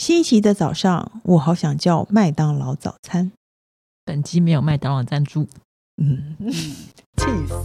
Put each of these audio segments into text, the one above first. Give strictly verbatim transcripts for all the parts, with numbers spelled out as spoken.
星期的早上，我好想叫麦当劳早餐。 本集没有麦当劳赞助。 嗯，气死！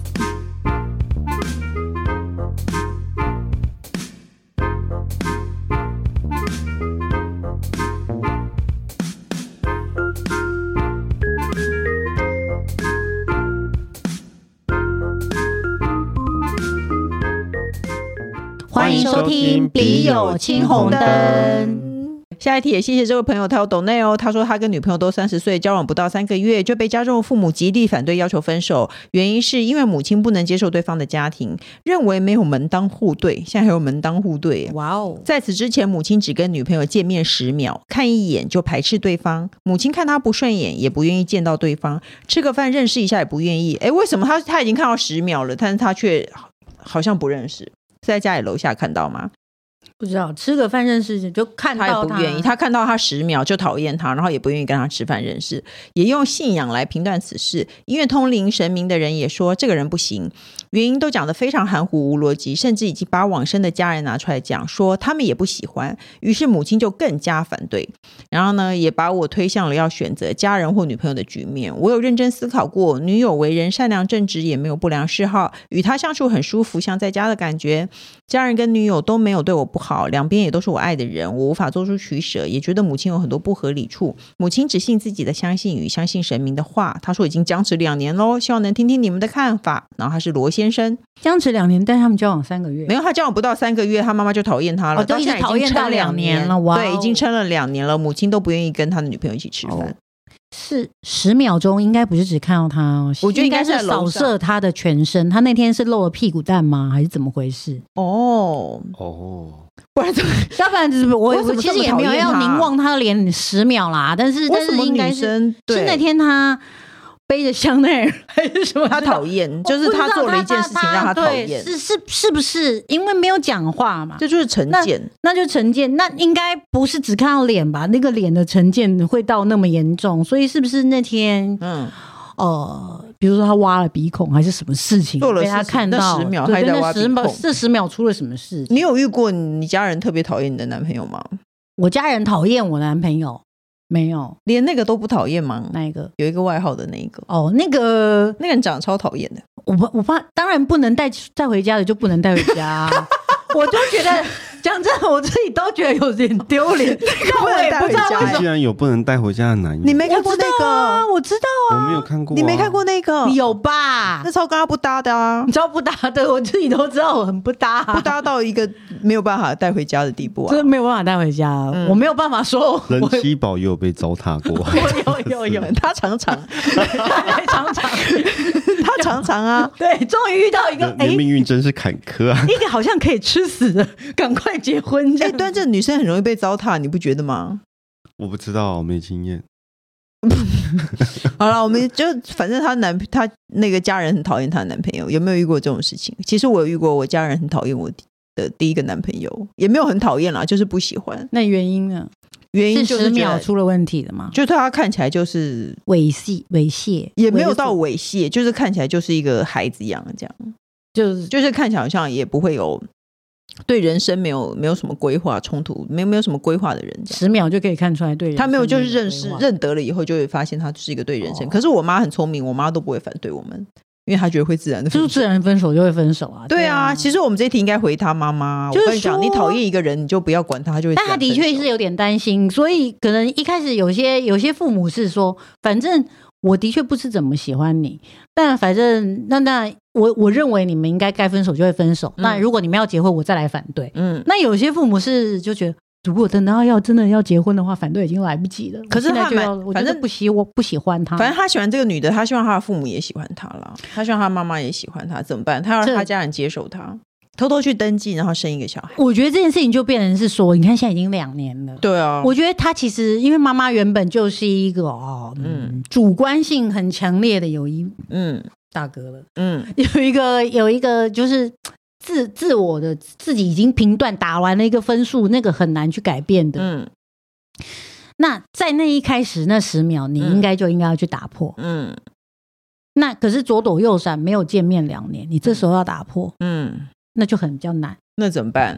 欢迎收听笔友青红灯。 下一题也谢谢这位朋友，他有抖内哦。他说他跟女朋友都三十岁，交往不到三个月就被家中父母极力反对，要求分手。原因是因为母亲不能接受对方的家庭，认为没有门当户对。现在还有门当户对， 哇哦！ 在此之前，母亲只跟女朋友见面十秒，看一眼就排斥对方。母亲看他不顺眼，也不愿意见到对方，吃个饭认识一下也不愿意。哎，为什么他他已经看到十秒了，但是他却好像不认识？是在家里楼下看到吗？ 不知道，吃个饭认识就看到 他, 他也不愿意，他看到他十秒就讨厌他，然后也不愿意跟他吃饭认识，也用信仰来评断此事。因为通灵神明的人也说这个人不行，原因都讲得非常含糊无逻辑，甚至已经把往生的家人拿出来讲，说他们也不喜欢。于是母亲就更加反对，然后呢也把我推向了要选择家人或女朋友的局面。我有认真思考过，女友为人善良正直，也没有不良嗜好，与她相处很舒服，像在家的感觉。家人跟女友都没有对我不好，两边也都是我爱的人，我无法做出取舍，也觉得母亲有很多不合理处。母亲只信自己的相信与相信神明的话，他说已经僵持两年咯，希望能听听你们的看法。然后他是罗先生， 僵持两年，但他们交往三个月， 没有，他交往不到三个月，他妈妈就讨厌他了， 哦，都一直讨厌到两年了，哇， 对，已经撑了两年了，母亲都不愿意跟他的女朋友一起吃饭。哦， 是十秒钟，应该不是只看到他哦， 我觉得应该是扫射他的全身。他那天是露了屁股蛋吗？还是怎么回事？ 哦哦， 不然怎么？ 要不然就是我，我其实也没有要凝望他的脸十秒啦，但是但是应该是是那天他背着香奈儿还是什么？ 他讨厌，就是他做了一件事情让他讨厌， 是是是不是？因为没有讲话嘛， 这就是成见， 那, 那就成见，那应该不是只看到脸吧？那个脸的成见会到那么严重，所以是不是那天嗯呃，比如说他挖了鼻孔还是什么事情， 做了被他看到那十秒，他在挖鼻孔， 这十秒出了什么事？ 你有遇过你家人特别讨厌你的男朋友吗？ 我家人讨厌我男朋友。没有， 连那个都不讨厌吗？ 哪一个？ 有一个外号的那一个哦，那个那个人长得超讨厌的。 我我怕，当然不能带带回家的就不能带回家、啊。我就觉得讲真的，我自己都觉得有点丢脸。 那我也不知道为什么。 既然有不能带回家的男友， 你没看过那个？ 啊，我知道啊， 我没有看过、啊。 你没看过那个？ 你有吧？ 那超跟他不搭的啊！ 你超不搭的，我自己都知道我很不搭、啊， 不搭到一个没有办法带回家的地步啊！ 真的没有办法带回家，嗯、我没有办法说。 人妻保佑被糟蹋过， 有有有有， 他常常， 他常常， 他常常啊！ 对，终于遇到一个， 哎，命运真是坎坷啊！ 一个好像可以吃死的。赶快结婚！ 哎、欸，但这女生很容易被糟蹋，你不觉得吗？ 我不知道，我没经验。 好了，我们就反正她男她那个家人很讨厌她的男朋友，有没有遇过这种事情？其实我有遇过，我家人很讨厌我的第一个男朋友，也没有很讨厌啦，就是不喜欢。 那原因呢？ 原因就是十秒出了问题的吗？ 就他看起来就是猥亵，猥亵也没有到猥亵，就是看起来就是一个孩子一样，这样就是就是看起来好像也不会有。对人生没有没有什么规划冲突，没有没有什么规划的人， 十秒就可以看出来对人生他没有就是认识认得了以后就会发现他就是一个对人生、哦、可是我妈很聪明，我妈都不会反对我们，因为她觉得会自然的分手， 就是自然分手就会分手啊。 对 啊, 对啊，其实我们这一题应该回他妈妈，我跟你讲，你讨厌一个人你就不要管他，他就会自然分手。但他的确是有点担心，所以可能一开始有些有些父母是说，反正我的确不是怎么喜欢你，但反正那那我我认为你们应该该分手就会分手、嗯、那如果你们要结婚我再来反对。嗯，那有些父母是就觉得如果等到要真的要结婚的话，反对已经来不及了。 可是他就要反正不喜我不喜欢他， 反正他喜欢这个女的，他希望他的父母也喜欢他啦，他希望他妈妈也喜欢他，怎么办？他要让他家人接受他，偷偷去登记，然后生一个小孩。 我觉得这件事情就变成是说，你看现在已经两年了。 对啊， 我觉得他其实因为妈妈原本就是一个哦，嗯，主观性很强烈的有一嗯大哥了，嗯，有一个有一个就是自自我的自己已经评断打完了一个分数，那个很难去改变的。嗯，那在那一开始那十秒，你应该就应该要去打破。嗯，那可是左躲右闪，没有见面两年，你这时候要打破，嗯。那就很比较难， 那怎么办？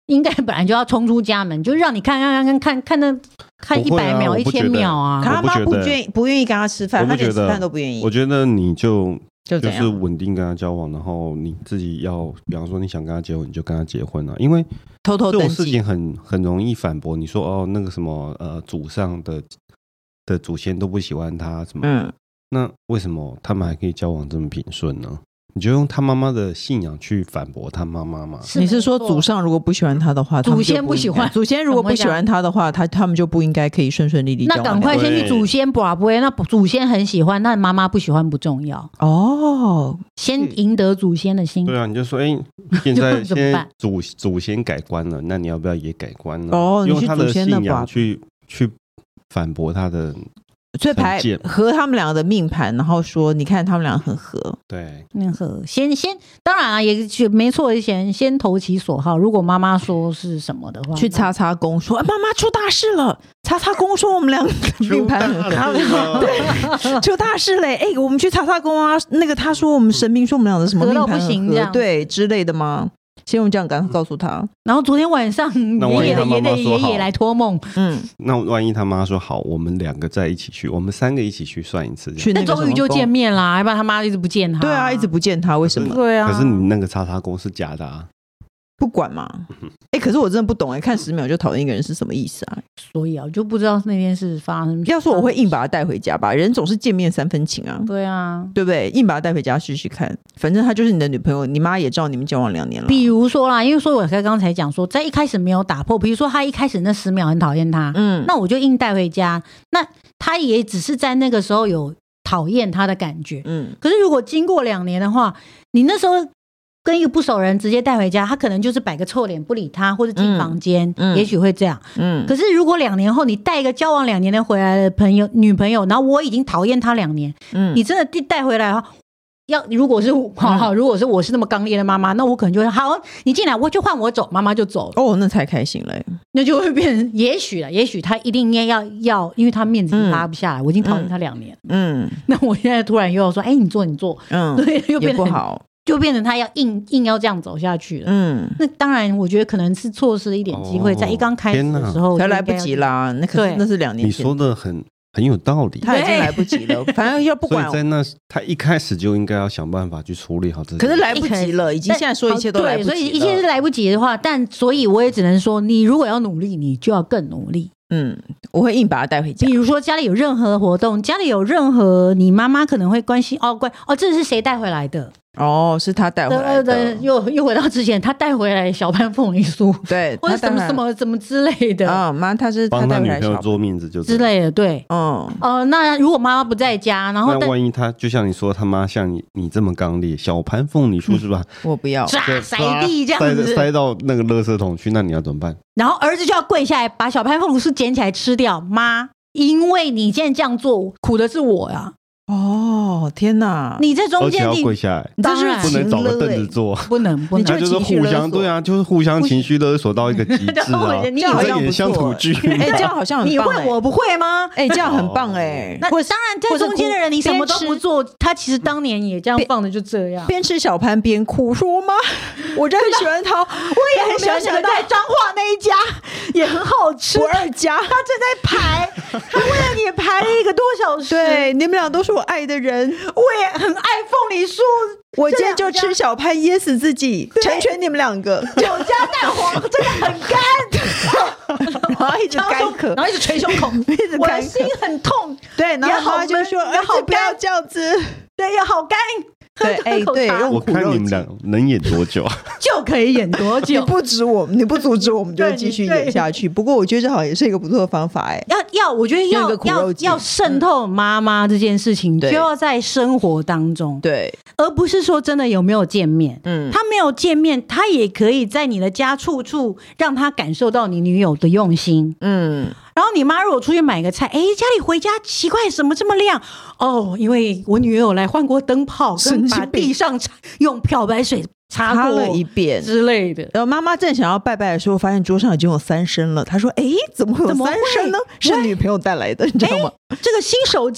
应该本来就要冲出家门，就让你看看看看看那看一百秒、一千秒啊。 可他妈不愿意不愿意跟他吃饭，他连吃饭都不愿意。 我觉得你就就就是稳定跟他交往，然后你自己要，比方说你想跟他结婚，你就跟他结婚啊。因为偷偷登记这种事情很很容易反驳。你说哦，那个什么呃，祖上的的祖先都不喜欢他什么？嗯，那为什么他们还可以交往这么平顺呢？你就用他妈妈的信仰去反驳他妈妈吗？ 你是说祖上如果不喜欢他的话， 祖先不喜欢， 祖先如果不喜欢他的话，他他们就不应该可以顺顺利利交往。 那赶快先去祖先不不会，那祖先很喜欢，那妈妈不喜欢不重要哦。 先赢得祖先的心。 对啊，你就说，哎、欸，现在现在祖祖先改观了，那你要不要也改观呢？ 哦， 用他的信仰去去反驳他的。 所以排合他们两个的命盘，然后说你看他们俩很合， 对， 很合。先先当然啊，也没错，先先投其所好。如果妈妈说是什么的话， 去擦擦工说、啊、妈妈出大事了，擦擦工说我们两个命盘很合，对，出大事嘞！哎、欸，我们去擦擦工啊。那个他说我们神明说我们两个什么命盘很合，对之类的吗？先用这样敢告诉他， 然后昨天晚上爷爷的爷爷爷爷来托梦， 嗯，那万一他妈说好，我们两个再一起去，我们三个一起去算一次， 那终于就见面啦，要不然他妈一直不见他， 对啊，一直不见他，为什么？ 对啊， 可是你那个叉叉公是假的啊。 不管嘛，哎、欸，可是我真的不懂哎、欸，看十秒就讨厌一个人是什么意思啊？ 所以啊，我就不知道那天是发生。 要说我会硬把他带回家吧，人总是见面三分情啊。 对啊， 对不对？硬把他带回家试试看，反正他就是你的女朋友，你妈也知道你们交往两年了。 比如说啦，因为说我刚才讲说，在一开始没有打破，比如说他一开始那十秒很讨厌他，嗯，那我就硬带回家，那他也只是在那个时候有讨厌他的感觉，嗯。可是如果经过两年的话，你那时候。跟一个不熟人直接带回家，他可能就是摆个臭脸不理他，或者进房间、嗯嗯，也许会这样。嗯，可是如果两年后你带一个交往两年的回来的朋友女朋友，然后我已经讨厌他两年，嗯，你真的带回来的话，要如果是好好，如果是我是那么刚烈的妈妈，那我可能就会好，你进来我就换我走，妈妈就走了。 哦，那才开心嘞， 那就会变成也许了，也许他一定要要，因为他面子拉不下来，嗯、我已经讨厌他两年，嗯，那我现在突然又要说，哎、欸，你做你做，嗯，对，又变得也不好。 就变成他要硬硬要这样走下去了，嗯，那当然我觉得可能是错失了一点机会，哦、在一刚开始的时候才来不及啦，那可是那是两年前。 你说的很很有道理， 他已经来不及了，反正要不管。 所以在那他一开始就应该要想办法去处理好这些， 可是来不及了，已经现在说一切都来不及了， 对，所以一切是来不及的话，但所以我也只能说，你如果要努力，你就要更努力。 嗯，我会硬把他带回家。 比如说家里有任何活动，家里有任何你妈妈可能会关心哦，关哦，这是谁带回来的？ 哦，是他带回来的。 对对，又又回到之前，他带回来小潘凤梨酥， 对， 或者什么什么什么之类的。 啊、哦，妈，他是他带回来帮他女朋友做面子就之类的，对，嗯，哦、呃，那如果妈妈不在家，然后那万一他就像你说，他妈像你你这么刚烈，小潘凤梨酥是吧？ 我不要， 撒塞地这样子， 塞到那个垃圾桶去，那你要怎么办？ 然后儿子就要跪下来，把小潘凤梨酥捡起来吃掉。妈，因为你现在这样做，苦的是我呀。 哦，天哪！ 你在中间， 而且要跪下来， 当然不能找个凳子坐， 不能不能， 他就是互相对啊，就是互相情绪勒索到一个极致啊！ 你好像演乡土剧， 哎，这样好像很棒， 你会我不会吗？ 哎，这样很棒哎。 那当然，在中间的人，你什么都不做，他其实当年也这样放的，就这样， 边吃小潘边哭，说妈，我真的很喜欢他，我也很喜欢在彰化那一家，也很好吃。 不二家， 他正在排，他为了你排了一个多小时。 对，你们俩都是我爱的人。 我也很爱凤梨酥， 我今天就吃小潘噎死自己，成全你们两个。 酒加蛋黄真的很干， 然后一直干咳， 然后一直捶胸口， 一直我的心很痛。 对，然后妈就说：“儿子不要这样子， 对，要好干。” 对，哎，对， 我看你们俩能演多久啊？ 就可以演多久？ 你不止我们，你不阻止我们，就会继续演下去。不过我觉得这好像也是一个不错的方法，哎， 要要，我觉得要要要渗透妈妈这件事情，就要在生活当中， 对， 而不是说真的有没有见面。嗯，他没有见面，他也可以在你的家处处让他感受到你女友的用心。嗯。然后你妈如果出去买个菜，哎，家里回家奇怪，怎么这么亮？哦，因为我女友来换过灯泡，跟把地上用漂白水擦过了一遍之类的。 然后妈妈正想要拜拜的时候，发现桌上已经有三升了。她说：“哎，怎么会有三升呢？是女朋友带来的，你知道吗？ 这个新手机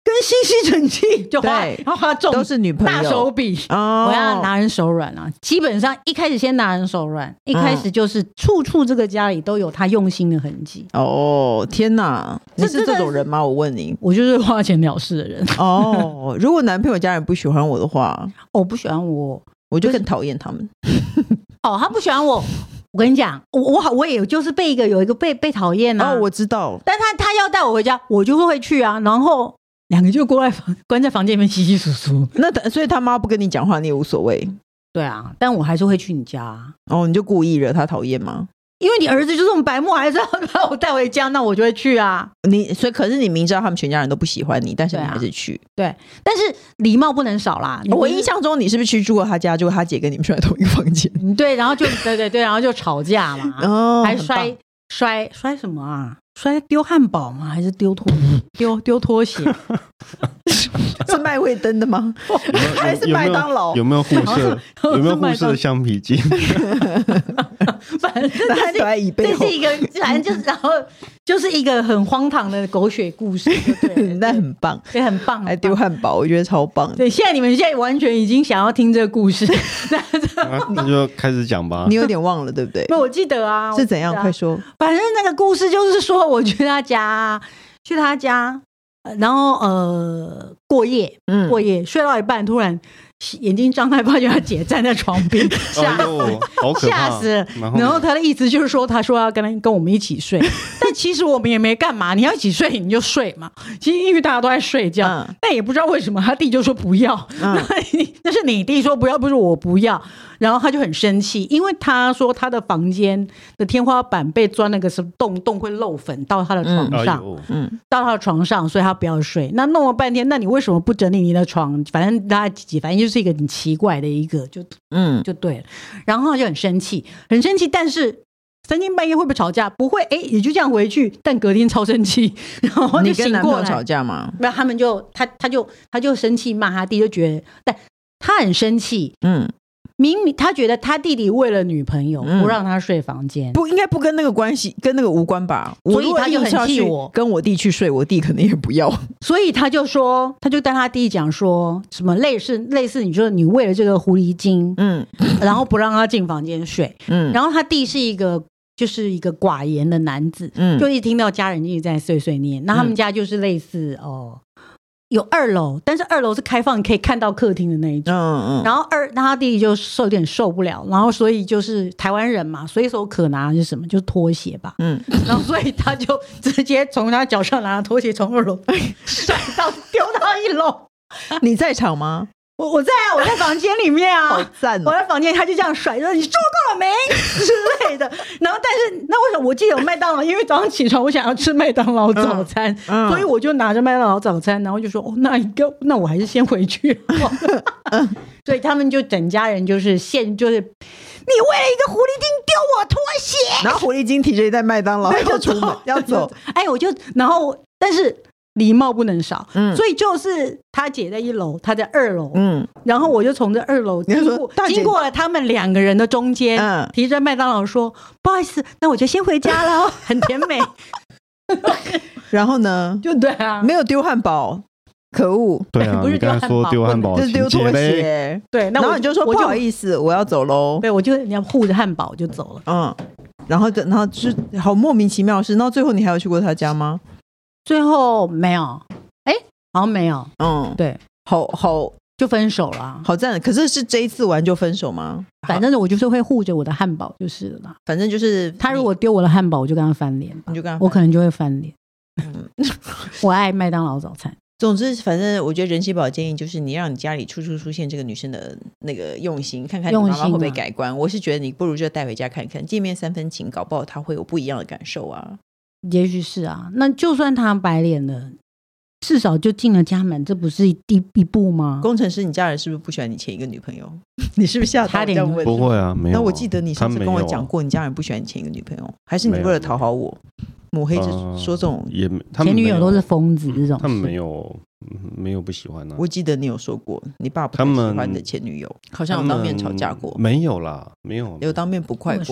跟新吸尘器就花，然后花重都是女朋友大手笔、哦、我要拿人手软啊！基本上一开始先拿人手软，一开始就是处处这个家里都有他用心的痕迹。 哦，天哪，你是这种人吗？我问你， 我就是花钱了事的人。 哦，如果男朋友家人不喜欢我的话， 哦，不喜欢我， 我就更讨厌他们。 哦，他不喜欢我。我跟你讲，我我好，我也就是被一个有一个被被讨厌啊。 哦，我知道。 但他他要带我回家，我就是会去啊。然后两个就关在房关在房间里面稀稀疏疏。 那所以他妈不跟你讲话，你也无所谓。 对啊，但我还是会去你家啊。 哦，你就故意惹他讨厌吗？ 因为你儿子就这种白目，还是要把我带回家，那我就会去啊。 你所以可是你明知道他们全家人都不喜欢你，但是你还是去。 对,、啊、对，但是礼貌不能少啦。 我印象中你是不是去住过他家，结果他姐跟你们睡在同一个房间？ 对，然后就对对对，然后就吵架嘛， 哦， 还摔摔摔什么啊？摔丢汉堡吗？还是丢拖丢丢拖鞋？ 是麦味登的吗？还是麦当劳？ 有没有互射？有没有互射橡皮筋？ 反正这是这是一个，反正就是然后就是一个很荒唐的狗血故事，对， 那很棒， 对，很棒， 还丢汉堡，我觉得超棒。 对，现在你们现在完全已经想要听这个故事， 那就开始讲吧。 你有点忘了，对不对？ 那我记得啊， 是怎样？快说。 反正那个故事就是说，我去他家，去他家。然后呃过夜，嗯，过夜睡到一半，突然眼睛张开，发现他姐站在床边，吓死， 哦、好可怕， 吓死了。然后他的意思就是说，他说要跟他跟我们一起睡，但其实我们也没干嘛。你要一起睡你就睡嘛。其实因为大家都在睡觉，嗯、但也不知道为什么他弟就说不要，嗯、那是你弟说不要，不是我不要。然后他就很生气，因为他说他的房间的天花板被钻了个什么洞，洞会漏粉到他的床上，嗯，嗯到他的床上，所以他不要睡。那弄了半天，那你为什么不整理你的床？反正他反正就是一个很奇怪的一个，就嗯就对了。然后他就很生气，很生气，但是三更半夜会不会吵架？不会，哎，也就这样回去。但隔天超生气，然后就醒过来。你跟男朋友吵架吗？ 没有，他们就他他就他就生气骂他弟，就觉得，但他很生气，嗯。明明他觉得他弟弟为了女朋友不让他睡房间， 嗯、不应该不跟那个关系，跟那个无关吧？ 所以他就很气我， 跟我弟去睡，我弟可能也不要。 所以他就说，他就跟他弟讲说什么类似类似，你说你为了这个狐狸精，嗯，然后不让他进房间睡，嗯，然后他弟是一个就是一个寡言的男子，嗯，就一听到家人一直在碎碎念，那他们家就是类似哦。有二楼，但是二楼是开放，可以看到客厅的那一种。嗯嗯。然后二，他弟弟就受有点受不了，然后所以就是台湾人嘛，随手可拿是什么？就是拖鞋吧。嗯。然后所以他就直接从他脚上拿拖鞋从二楼甩到丢到一楼。 你在场吗？ 我我在啊，我在房间里面啊， 好赞哦！ 我在房间，他就这样甩，说你做够了没之类的。然后，但是那为什么我记得有麦当劳？因为早上起床我想要吃麦当劳早餐，嗯嗯、所以我就拿着麦当劳早餐，然后就说哦，那一个，那我还是先回去。嗯、所以他们就整家人就是现就是，你为了一个狐狸精丢我拖鞋， 然后狐狸精提着一袋麦当劳要出门要走， 哎，我就然后但是。礼貌不能少，嗯，所以就是他姐在一楼，他在二楼，嗯，然后我就从这二楼经过，经过了他们两个人的中间，嗯，提着麦当劳说：“不好意思，那我就先回家了。”很甜美。 然后呢？ 就对啊， 没有丢汉堡，可恶！ 对啊，不是丢汉堡，丢汉堡就是丢拖鞋。对，然后你就说不好意思，我要走喽。 对，我就你要护着汉堡就走了。 嗯，然后然后就是好莫名其妙的事，然后最后你还有去过他家吗？ 最后没有，哎，好像没有，嗯，对， 好好就分手了， 好赞的。可是是这一次完就分手吗？ 反正我就是会护着我的汉堡就是了。 反正就是他如果丢我的汉堡，我就跟他翻脸， 你就跟他翻脸， 我可能就会翻脸。嗯，我爱麦当劳早餐。 总之，反正我觉得人气宝建议就是你让你家里处处出现这个女生的那个用心，看看你妈妈会不会改观。啊、我是觉得你不如就带回家看看，见面三分情，搞不好她会有不一样的感受啊。 也许是啊，那就算他白脸了，至少就进了家门，这不是第一步吗？ 工程师，你家人是不是不喜欢你前一个女朋友？你是不是吓到这样问？ 不会啊，没有、啊。 那我记得你上次跟我讲过，你家人不喜欢你前一个女朋友，还是你为了讨好我，抹黑就说这种、 呃、也前女友都是疯子这种？ 他们没有，没有不喜欢啊。 我记得你有说过，你爸不太喜欢你的前女友，好像有当面吵架过。 没有啦，没有， 有当面不快过。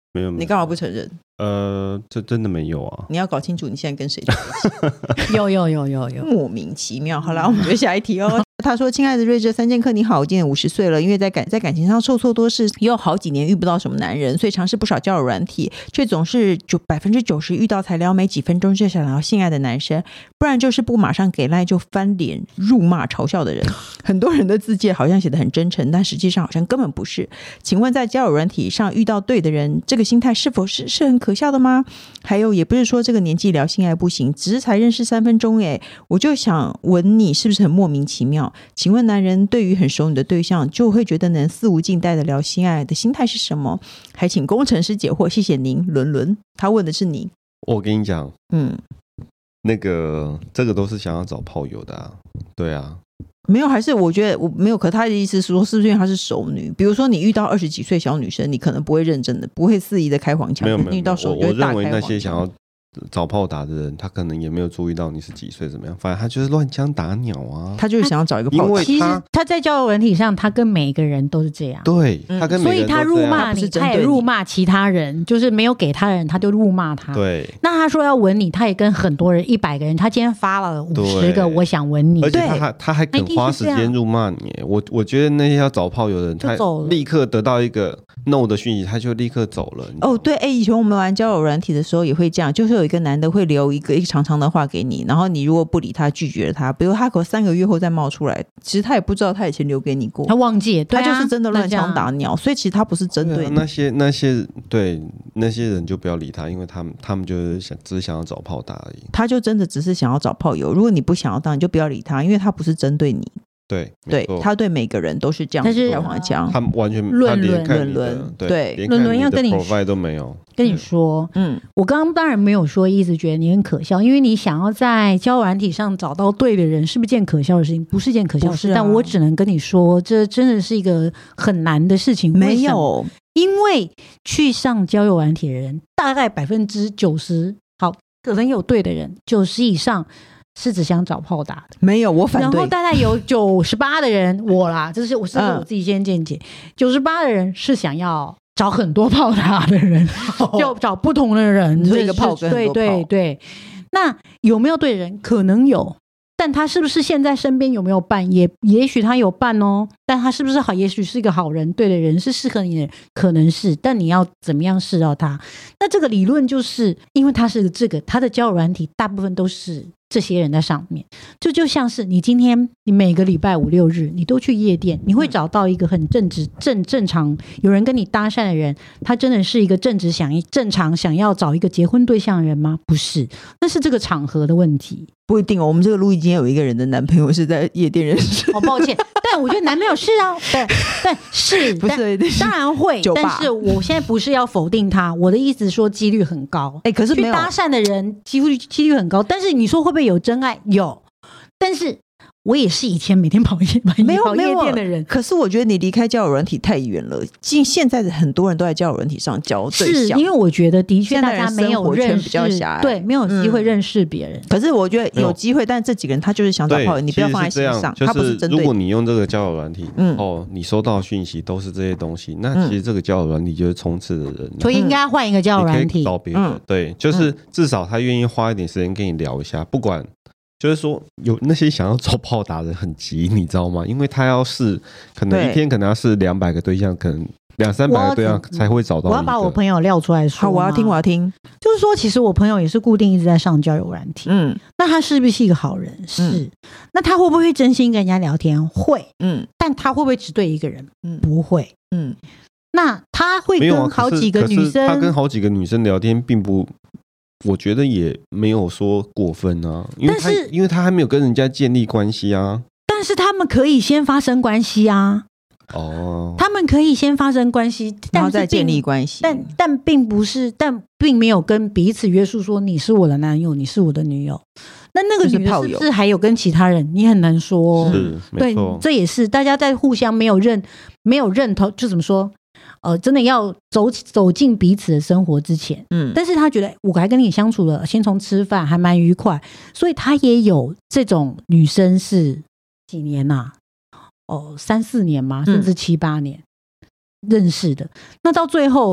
没有， 你干嘛不承认？ 呃，这真的没有啊！ 你要搞清楚你现在跟谁在一起。 有有有有有， 莫名其妙。好啦，我们就下一题哦。他说：“亲爱的瑞哲三剑客，你好，我今年五十岁了，因为在感在感情上受挫多事，也有好几年遇不到什么男人，所以尝试不少交友软体，却总是九百分之九十遇到才聊没几分钟就想聊性爱的男生，不然就是不马上给赖就翻脸辱骂嘲笑的人。很多人的自介好像写得很真诚，但实际上好像根本不是。请问在交友软体上遇到对的人，这个心态是否是是很可笑的吗？还有，也不是说这个年纪聊性爱不行，只是才认识三分钟诶，我就想问你，是不是很莫名其妙？请问男人对于很熟你的对象就会觉得能肆无忌惮的聊性爱的心态是什么？还请工程师解惑，谢谢您。伦伦，他问的是你。 我跟你讲， 嗯， 那个这个都是想要找炮友的啊，对啊。 没有，还是我觉得我没有。可他的意思是说，是不是因为她是熟女？比如说你遇到二十几岁小女生，你可能不会认真的，不会肆意的开黄腔。 没有没有， 遇到熟我我认为那些想要找炮打的人，他可能也没有注意到你是几岁怎么样，反正他就是乱枪打鸟啊。 他就是想要找一个炮打。 其实他在交友软体上，他跟每一个人都是这样。 对，他跟每个人都这样，所以他辱骂你，他也辱骂其他人，就是没有给他的人，他就辱骂他。 对。 那他说要吻你，他也跟很多人一百个人，他今天发了五十个我想吻你， 而且他还他还肯花时间辱骂你。我我觉得那些要找炮友的人，他立刻得到一个 no 的讯息，他就立刻走了。 哦，对，哎，以前我们玩交友软体的时候也会这样，就是有一个男的会留一个一个长长的话给你，然后你如果不理他，拒绝了他，比如他可三个月后再冒出来，其实他也不知道他以前留给你过， 他忘记， 他就是真的乱枪打鸟，所以其实他不是针对你。 那些那些对那些人就不要理他，因为他们他们就是想只是想要找炮打而已。 他就真的只是想要找炮友，如果你不想要当，你就不要理他，因为他不是针对你。 对对，他对每个人都是这样子开黄腔， 他完全论论论论，对， 论论要跟你 provide 都没有。 跟你说，嗯，我刚刚当然没有说一直觉得你很可笑，因为你想要在交友软体上找到对的人，是不是件可笑的事情？不是件可笑的事，啊、但我只能跟你说，这真的是一个很难的事情。 没有， 因为去上交友软体的人，大概百分之九十，好，可能有对的人，九十以上。是只想找炮打的， 没有，我反对。 然后大概有九十八的人，我啦，这是我是我自己先见解，九十八的人是想要找很多炮打的人，就找不同的人， 这个炮跟很多炮。 对对对，那有没有对人？可能有，但他是不是现在身边有没有伴？也也许他有伴哦，但他是不是好？也许是一个好人，对的人是适合你的，可能是，但你要怎么样试到他？那这个理论就是因为他是这个，他的交友软体大部分都是。这些人在上面，这就像是你今天你每个礼拜五六日你都去夜店，你会找到一个很正直正正常有人跟你搭讪的人，他真的是一个正直想正常想要找一个结婚对象的人吗？不是，那是这个场合的问题。 不一定哦，我们这个录音间有一个人的男朋友是在夜店认识。 好、哦、抱歉，但我觉得男朋友是啊，但但是不是当然会，但是我现在不是要否定他，我的意思是说几率很高。 哎，可是没有去搭讪的人几乎几率很高，但是你说会不会有真爱？有，但是我也是以前每天跑夜没有跑夜店的人。 可是我觉得你离开交友软体太远了，现现在的很多人都在交友软体上交对象， 是因为我觉得的确大家没有认识， 比较狭隘， 对，没有机会认识别人、嗯。 可是我觉得有机会，但这几个人他就是想找炮友，你不要放在心上， 就是、 他不是针对你。 如果你用这个交友软体，嗯，哦，你收到的讯息都是这些东西，那其实这个交友软体就是充斥的人， 嗯、所以应该换一个交友软体， 找别的、嗯，对，就是至少他愿意花一点时间跟你聊一下，不管。就是说，有那些想要找炮打的很急，你知道吗？因为他要试，可能一天可能要试两百个对象，可能两三百个对象才会找到一个。 我要把我朋友撂出来说， 好，我要听，我要听。 就是说，其实我朋友也是固定一直在上交友软体，嗯，那他是不是一个好人？是。嗯、那他会不会真心跟人家聊天？会，嗯。但他会不会只对一个人？嗯，不会，嗯。那他会跟好几个女生， 他跟好几个女生聊天，并不。我觉得也没有说过分啊，因为他因为他还没有跟人家建立关系啊。 但是他们可以先发生关系啊。哦，他们可以先发生关系， 然后再建立关系。 但但并不是，但并没有跟彼此约束说你是我的男友，你是我的女友。那那个女的是不是还有跟其他人？你很难说、哦。 是， 对，这也是大家在互相没有认没有认同，就怎么说？呃，真的要走走进彼此的生活之前，嗯，但是他觉得我还跟你相处了，先从吃饭还蛮愉快，所以他也有这种女生是几年呐、啊？哦，三四年嘛，甚至七八年、嗯、认识的。那到最后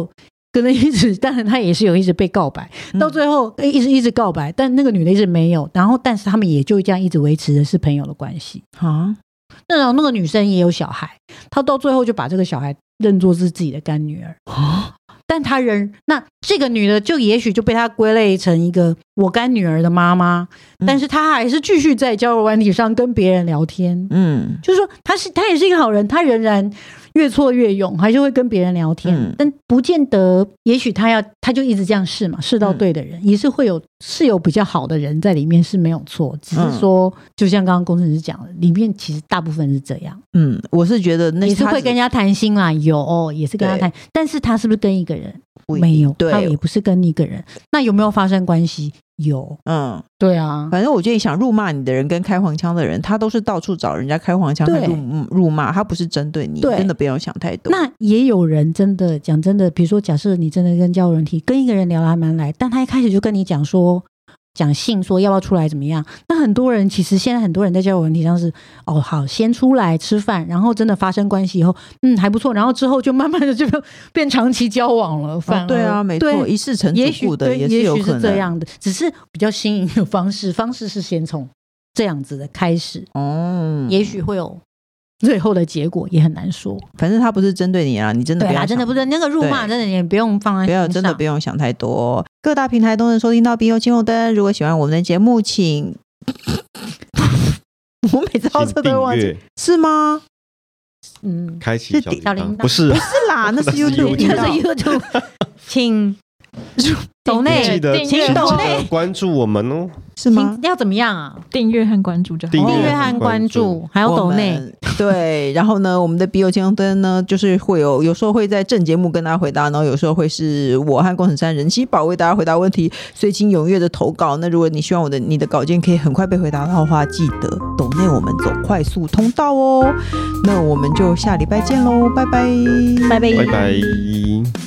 可能一直，当然他也是有一直被告白，嗯、到最后一直一直告白，但那个女的一直没有，然后但是他们也就这样一直维持的是朋友的关系啊。那然后那个女生也有小孩，她到最后就把这个小孩认作是自己的干女儿啊。但她人那这个女的就也许就被她归类成一个我干女儿的妈妈，嗯、但是她还是继续在交友软体上跟别人聊天，嗯，就是说她是她也是一个好人，她仍然越挫越勇，还是会跟别人聊天，嗯、但不见得，也许她要她就一直这样试嘛，试到对的人，嗯、也是会有是有比较好的人在里面是没有错，只是说、嗯、就像刚刚工程师讲的，里面其实大部分是这样， 嗯，我是觉得那也是会跟人家谈心啦，有也是跟他谈，但是他是不是跟一个人？没有，他也不是跟一个人。那有没有发生关系？有，嗯，对啊。 反正我觉得想辱骂你的人跟开黄腔的人，他都是到处找人家开黄腔和 辱, 辱骂，他不是针对你，真的不用想太多。 那也有人真的讲真的，比如说假设你真的跟交友软体跟一个人聊得还蛮来，但他一开始就跟你讲说讲性说要不要出来怎么样，那很多人其实现在很多人在交友软体上是哦好先出来吃饭，然后真的发生关系以后嗯还不错，然后之后就慢慢的就变长期交往了，反而、 哦、对啊没错，一世成主顾的也是有可能， 也许是这样的，只是比较新颖的方式方式是先从这样子的开始哦，也许会有最后的结果也很难说， 反正他不是针对你啊，你真的不要想， 对啊，真的不是那个辱骂，真的也不用放在心上， 不要真的不用想太多。各大平台都能收听到《笔友青红灯》，如果喜欢我们的节目，请我每次到这都会忘记，是吗？ 嗯，开启小铃铛， 不是、 啊、不是啦，那是 YouTube， 那是 YouTube， 请抖内记得请记得关注我们哦， 是吗？ 要怎么样啊？ 订阅和关注就好， 订阅和关注，还有抖内。 对，然后呢，我们的笔友青红灯呢，就是会有有时候会在正节目跟大家回答，然后有时候会是我和工程山人气宝为大家回答问题，所以请踊跃的投稿。那如果你希望我的你的稿件可以很快被回答的话，记得抖内我们走快速通道哦。那我们就下礼拜见喽，拜拜， 拜拜， 拜拜。